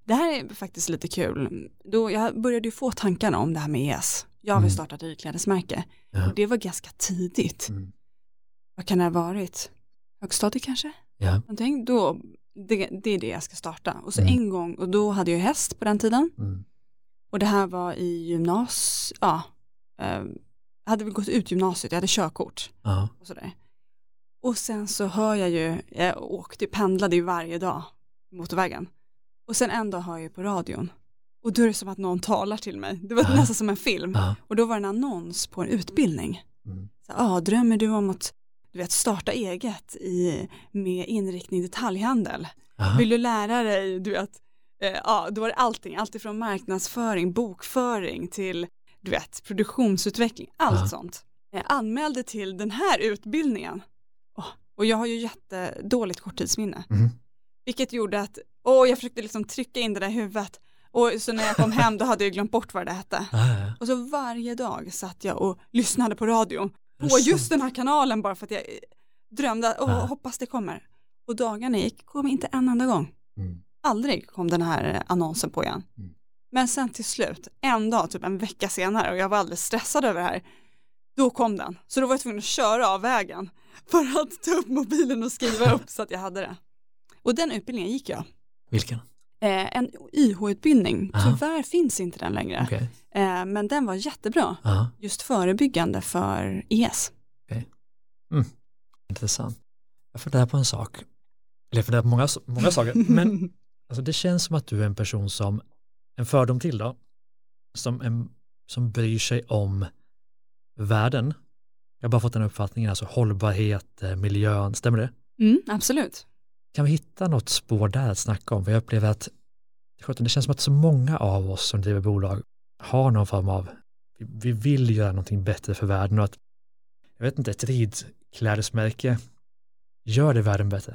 Det här är faktiskt lite kul. Jag började ju få tankarna om det här med ES. Jag vill starta ett ridklädesmärke. Ja. Och det var ganska tidigt. Vad kan det ha varit? Högstadiet kanske? Ja. Någonting. Det är det jag ska starta. Och så en gång, och då hade jag häst på den tiden. Och det här var i gymnasiet. Ja. Hade vi gått ut gymnasiet, jag hade körkort. Och sådär. Och sen så hör jag pendlade ju varje dag motorvägen. Och sen en dag hör jag på radion. Och då är det som att någon talar till mig. Det var nästan som en film. Och då var det en annons på en utbildning. Drömmer du om att starta eget med inriktning detaljhandel? Vill du lära dig, då var det allting. Allt ifrån marknadsföring, bokföring till produktionsutveckling. Allt sånt. Jag anmälde till den här utbildningen. Och jag har ju jättedåligt korttidsminne. Vilket gjorde att jag försökte liksom trycka in det där i huvudet. Och så när jag kom hem då hade jag glömt bort vad det hette. Och så varje dag satt jag och lyssnade på radion. På just den här kanalen bara för att jag drömde och hoppas det kommer. Och dagarna kom inte en enda gång. Aldrig kom den här annonsen på igen. Men sen till slut, en dag, typ en vecka senare, och jag var alldeles stressad över det här. Då kom den. Så då var jag tvungen att köra av vägen för att ta upp mobilen och skriva upp så att jag hade det. Och den utbildningen gick jag. Vilken? En YH-utbildning. Tyvärr finns inte den längre. Okay. Men den var jättebra. Just förebyggande för ES. Okay. Intressant. Jag funderar på en sak. Eller jag funderar på många saker. Men alltså, det känns som att du är en person som en fördom till då. Som bryr sig om världen. Jag har bara fått den uppfattningen. Alltså hållbarhet, miljön. Stämmer det? Absolut. Kan vi hitta något spår där att snacka om? För jag upplever att det känns som att så många av oss som driver bolag har någon form av, vi vill göra någonting bättre för världen och att, jag vet inte, ett ridklädesmärke gör det världen bättre.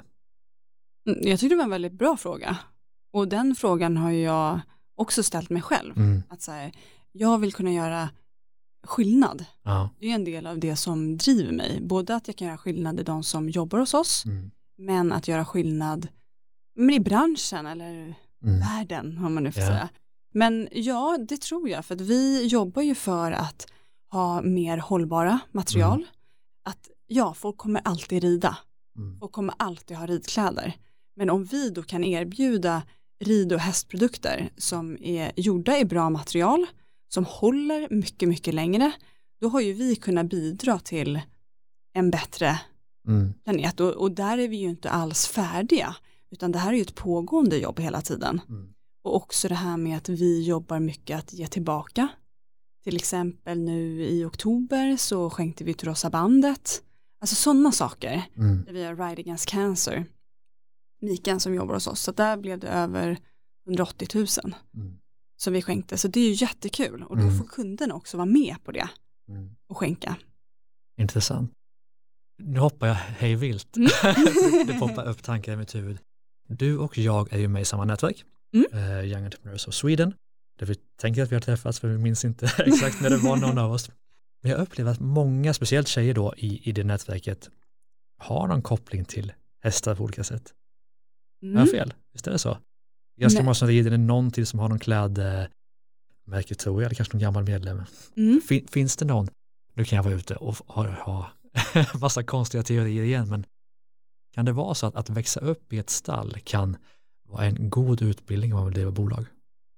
Jag tycker det var en väldigt bra fråga. Och den frågan har jag också ställt mig själv. Att säga, jag vill kunna göra skillnad. Det är en del av det som driver mig. Både att jag kan göra skillnad i de som jobbar hos oss. Men att göra skillnad i branschen eller världen, om man nu får säga. Men ja, det tror jag. För att vi jobbar ju för att ha mer hållbara material. Att folk kommer alltid rida. Och kommer alltid ha ridkläder. Men om vi då kan erbjuda rid- och hästprodukter som är gjorda i bra material, som håller mycket, mycket längre, då har ju vi kunnat bidra till en bättre planet. Och där är vi ju inte alls färdiga, utan det här är ju ett pågående jobb hela tiden. Och också det här med att vi jobbar mycket att ge tillbaka. Till exempel nu i oktober så skänkte vi till Rosa bandet. Alltså sådana saker. Där vi har Ride Against Cancer. Mikael som jobbar hos oss. Så där blev det över 180 000 som vi skänkte. Så det är ju jättekul. Och då får kunderna också vara med på det. Och skänka. Intressant. Nu hoppar jag hej vilt. Det poppar upp tankar i mitt huvud. Du och jag är ju med i samma nätverk. Young Entrepreneurs of Sweden. Där vi tänker att vi har träffats, för vi minns inte exakt när det var någon av oss. Men jag upplever att många, speciellt tjejer då i det nätverket, har någon koppling till hästar på olika sätt. Är jag fel? Visst är det så? Ganska många som rider, är någon till som har någon klädmärke, tror jag, eller kanske någon gammal medlem. Finns det någon? Nu kan jag vara ute och ha massa konstiga teorier igen, men kan det vara så att växa upp i ett stall kan vara en god utbildning om man vill driva bolag?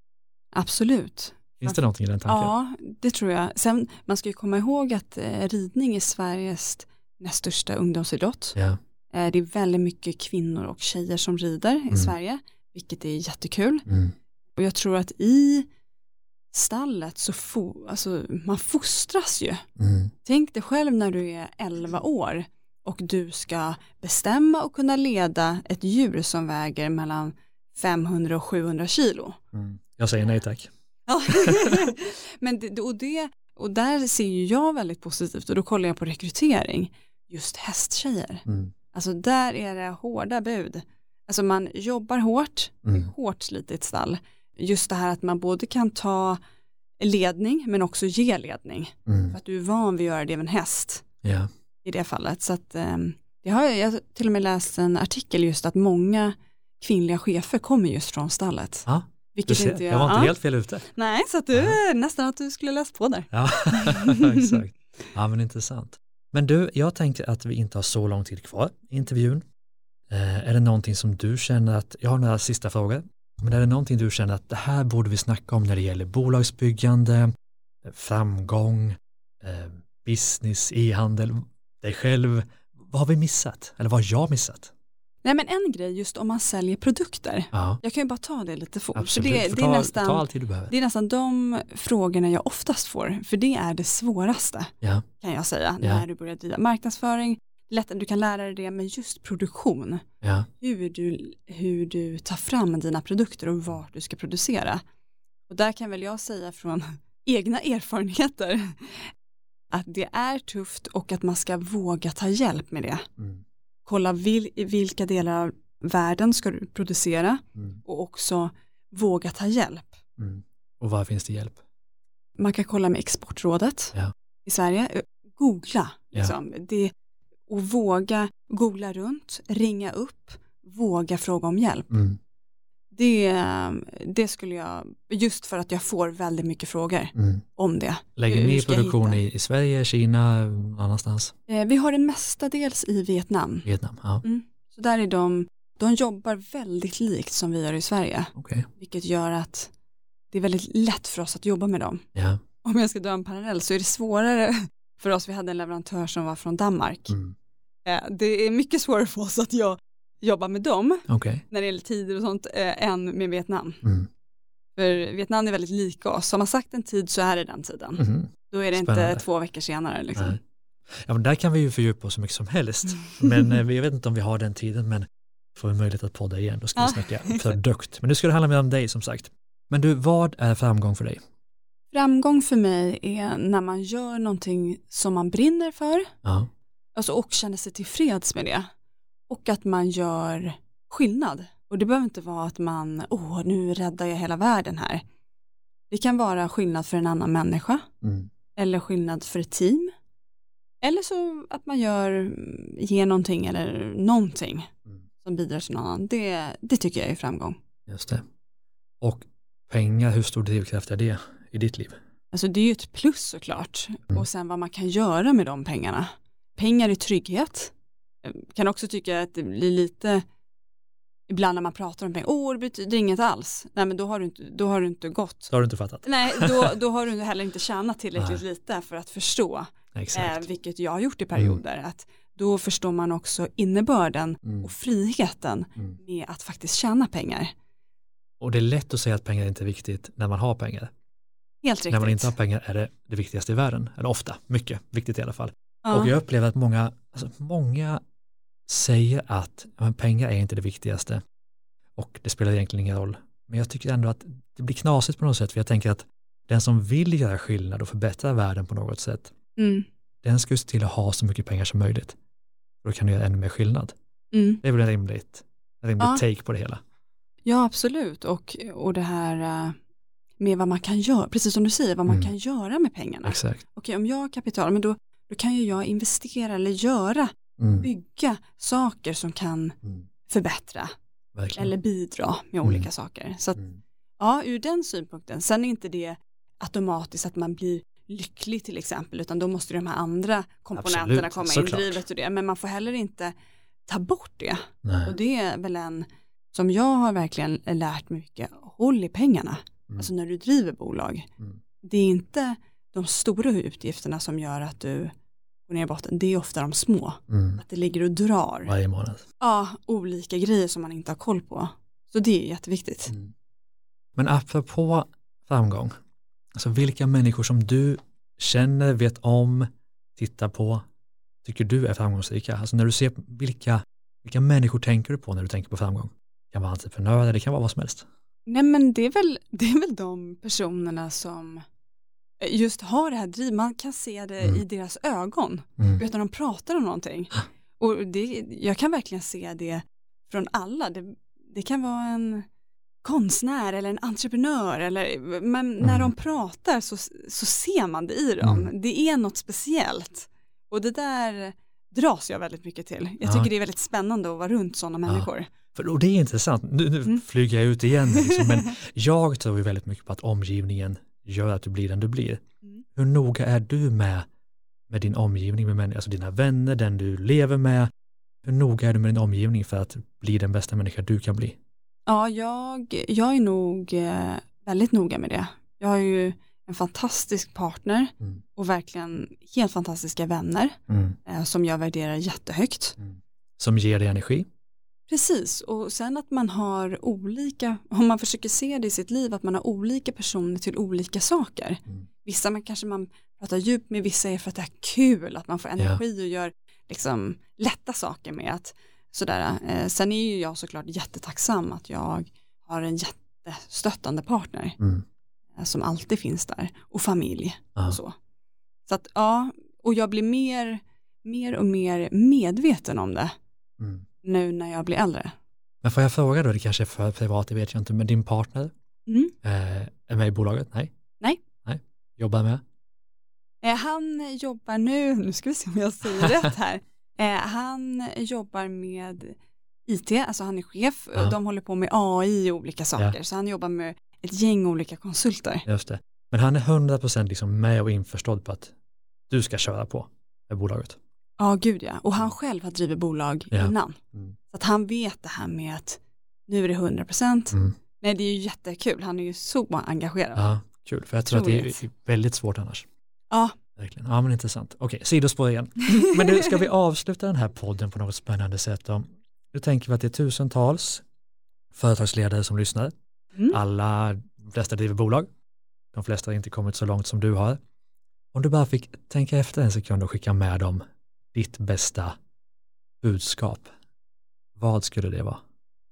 Absolut. Finns det någonting i den tanken? Ja, det tror jag. Sen, man ska ju komma ihåg att ridning är Sveriges näst största ungdomsidrott. Ja. Det är väldigt mycket kvinnor och tjejer som rider i Sverige, vilket är jättekul. Och jag tror att i stallet så man fostras ju. Tänk dig själv när du är 11 år och du ska bestämma och kunna leda ett djur som väger mellan 500 och 700 kilo. Jag säger nej tack. Ja. Men och där ser ju jag väldigt positivt, och då kollar jag på rekrytering, just hästtjejer. Alltså där är det hårda bud. Alltså man jobbar hårt slitigt stall. Just det här att man både kan ta ledning men också ge ledning. För att du är van vid att göra det med en häst. I det fallet. Så att jag har till och med läst en artikel just att många kvinnliga chefer kommer just från stallet. Vilket inte jag var inte helt fel ute. Nej, så att du nästan att du skulle läst på där. Ja, exakt. Ja, men intressant. Men du, jag tänker att vi inte har så lång tid kvar i intervjun. Är det någonting som du känner att, jag har några sista frågor, men är det någonting du känner att det här borde vi snacka om när det gäller bolagsbyggande, framgång, business, e-handel, dig själv? Vad har vi missat? Eller vad har jag missat? Nej, men en grej just om man säljer produkter. Ja. Jag kan ju bara ta det lite fort. Absolut. För det är nästan, ta allt du behöver. det är nästan de frågorna jag oftast får. För det är det svåraste, kan jag säga. När du börjar driva marknadsföring. Du kan lära dig det med just produktion. Ja. Hur du tar fram dina produkter och vart du ska producera. Och där kan väl jag säga från egna erfarenheter att det är tufft och att man ska våga ta hjälp med det. Kolla i vilka delar av världen ska du producera och också våga ta hjälp. Och var finns det hjälp? Man kan kolla med Exportrådet i Sverige. Googla. Liksom. Och våga googla runt, ringa upp, våga fråga om hjälp. Det skulle jag, just för att jag får väldigt mycket frågor om det. Lägger ni produktion i Sverige, Kina, annanstans? Vi har det mestadels i Vietnam. Ja. Så där är de jobbar väldigt likt som vi gör i Sverige. Okay. Vilket gör att det är väldigt lätt för oss att jobba med dem. Ja. Om jag ska dra en parallell så är det svårare för oss. Vi hade en leverantör som var från Danmark. Det är mycket svårare för oss att jobba med dem när det gäller tider och sånt än med Vietnam. För Vietnam är väldigt lika oss. Om man sagt en tid så är det den tiden. Då är det inte 2 veckor senare. Liksom. Ja, men där kan vi ju fördjupa oss så mycket som helst. Men jag vet inte om vi har den tiden, men får vi möjlighet att podda igen. Då ska vi snacka produkt. Men nu ska det handla mer om dig som sagt. Men du, vad är framgång för dig? Framgång för mig är när man gör någonting som man brinner för. Alltså, och känner sig tillfreds med det. Och att man gör skillnad. Och det behöver inte vara att man, nu räddar jag hela världen här. Det kan vara skillnad för en annan människa. Eller skillnad för ett team. Eller så att man ger någonting eller någonting som bidrar till någon annan. Det tycker jag är framgång. Just det. Och pengar, hur stor drivkraft är det i ditt liv? Alltså det är ju ett plus såklart. Och sen vad man kan göra med de pengarna. Pengar är trygghet. Jag kan också tycka att det blir lite, ibland när man pratar om pengar, det betyder inget alls. Nej, men då har du inte gått. Då har du inte fattat. Nej, då har du heller inte tjänat tillräckligt lite för att förstå. Vilket jag har gjort i perioder. Att då förstår man också innebörden och friheten med att faktiskt tjäna pengar. Och det är lätt att säga att pengar inte är viktigt när man har pengar. Helt riktigt. När man inte har pengar är det viktigaste i världen. Eller ofta, mycket viktigt i alla fall. Och jag upplever att många säger att pengar är inte det viktigaste. Och det spelar egentligen ingen roll. Men jag tycker ändå att det blir knasigt på något sätt. För jag tänker att den som vill göra skillnad och förbättra världen på något sätt. Den ska ju se till att ha så mycket pengar som möjligt. Då kan du göra ännu mer skillnad. Det är väl en rimligt take på det hela. Ja, absolut. Och det här med vad man kan göra. Precis som du säger, vad man kan göra med pengarna. Exakt. Okej, om jag har kapital, men då kan ju jag investera eller bygga saker som kan förbättra. Verkligen. Eller bidra med olika saker. Så att, ur den synpunkten. Sen är inte det automatiskt att man blir lycklig till exempel, utan då måste de här andra komponenterna komma in, drivet och det. Men man får heller inte ta bort det. Nej. Och det är väl som jag har verkligen lärt mycket, håll i pengarna. Alltså när du driver bolag. Det är inte de stora utgifterna som gör att du går ner i botten. Det är ofta de små. Att det ligger och drar. Varje månad. Ja, olika grejer som man inte har koll på. Så det är jätteviktigt. Men apropå framgång. Alltså vilka människor som du känner, vet om, tittar på, tycker du är framgångsrika? Alltså när du ser vilka människor tänker du på när du tänker på framgång? Det kan vara entreprenörer, det kan vara vad som helst. Nej, men det är väl de personerna som just har det här driv. Man kan se det i deras ögon. Vet när de pratar om någonting. Och jag kan verkligen se det från alla. Det kan vara en konstnär eller en entreprenör. Men när de pratar så ser man det i dem. Det är något speciellt. Och det där dras jag väldigt mycket till. Jag tycker det är väldigt spännande att vara runt sådana människor. Och det är intressant. Nu flyger jag ut igen. Liksom, men jag tror ju väldigt mycket på att omgivningen gör att du blir den du blir. Hur noga är du med din omgivning, med alltså dina vänner, den du lever med? Hur noga är du med din omgivning för att bli den bästa människa du kan bli? Ja, jag är nog väldigt noga med det. Jag har ju en fantastisk partner och verkligen helt fantastiska vänner som jag värderar jättehögt. Som ger dig energi? Precis, och sen att man har olika, om man försöker se det i sitt liv, att man har olika personer till olika saker. Vissa man pratar djupt med, vissa är för att det är kul, att man får energi och gör liksom lätta saker med att sådär. Sen är ju jag såklart jättetacksam att jag har en jättestöttande partner som alltid finns där, och familj och så. Så att och jag blir mer och mer medveten om det nu när jag blir äldre. Men får jag fråga då, det kanske är för privat, det vet jag inte, men din partner är med i bolaget? Nej. Jobbar med? Han jobbar nu ska vi se om jag säger rätt här. Han jobbar med IT, alltså han är chef och de håller på med AI och olika saker. Så han jobbar med ett gäng olika konsulter. Just det. Men han är 100% liksom med och införstådd på att du ska köra på med bolaget. Ja, gud ja. Och han själv har drivit bolag innan. Så att han vet det här med att nu är det 100%. Nej, det är ju jättekul. Han är ju så engagerad. Ja, kul. För jag tror att det är väldigt svårt annars. Ja. Verkligen. Ja, men intressant. Okej, sidospår igen. Men nu ska vi avsluta den här podden på något spännande sätt. Nu tänker vi att det är tusentals företagsledare som lyssnar. De flesta driver bolag. De flesta har inte kommit så långt som du har. Om du bara fick tänka efter en sekund och skicka med dem ditt bästa budskap. Vad skulle det vara?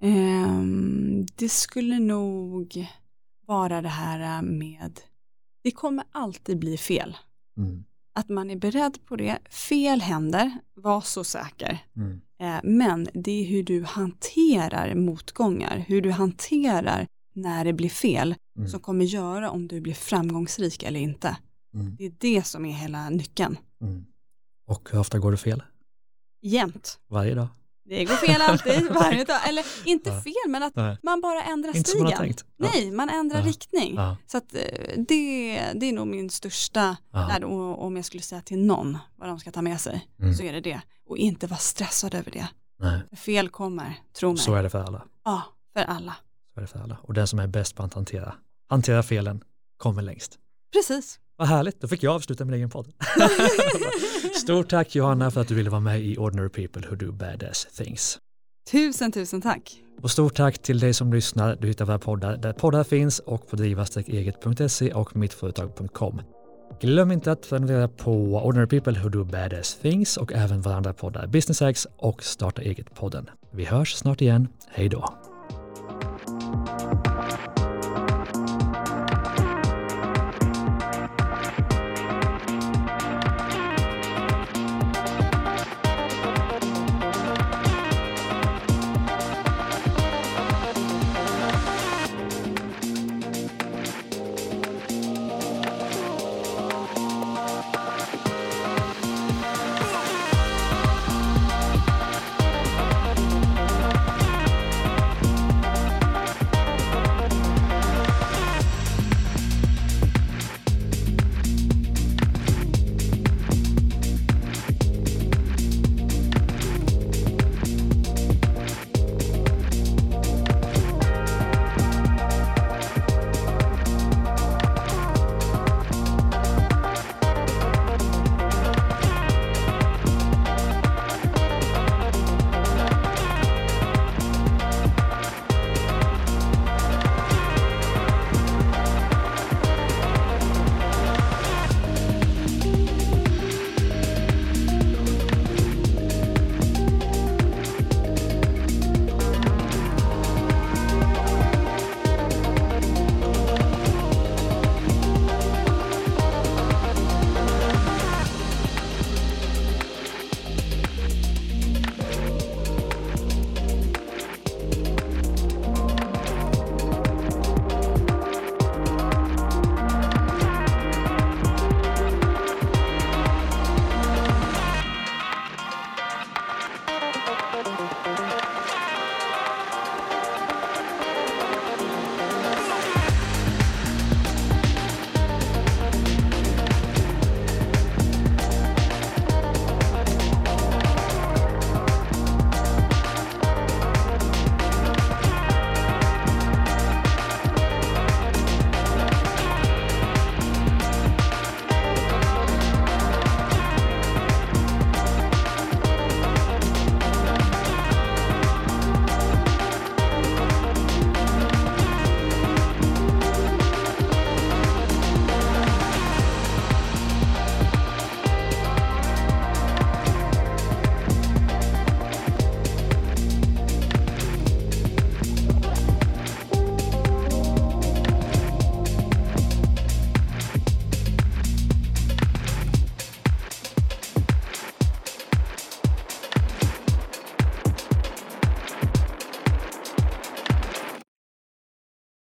Det skulle nog vara det här med det kommer alltid bli fel. Att man är beredd på det. Fel händer, var så säker. Men det är hur du hanterar motgångar, hur du hanterar när det blir fel som kommer göra om du blir framgångsrik eller inte. Det är det som är hela nyckeln. Och hur ofta går det fel? Jämt. Varje dag? Det går fel alltid, varje dag. Eller inte fel, men att man bara ändrar inte stigen. Som man har tänkt. Nej, man ändrar riktning. Så att det är nog min största om jag skulle säga till någon vad de ska ta med sig, så är det. Och inte vara stressad över det. Nej. Fel kommer, tro mig. Så är det för alla. Ja, för alla. Så är det för alla. Och den som är bäst på att hantera felen kommer längst. Precis. Vad härligt, då fick jag avsluta min egen podd. Stort tack Johanna för att du ville vara med i Ordinary People Who Do Badass Things. Tusen tack. Och stort tack till dig som lyssnar. Du hittar våra poddar där poddar finns och på driva-eget.se och mittföretag.com. Glöm inte att prenumerera på Ordinary People Who Do Badass Things och även varandra poddar Business Hacks och Starta Eget-podden. Vi hörs snart igen. Hej då!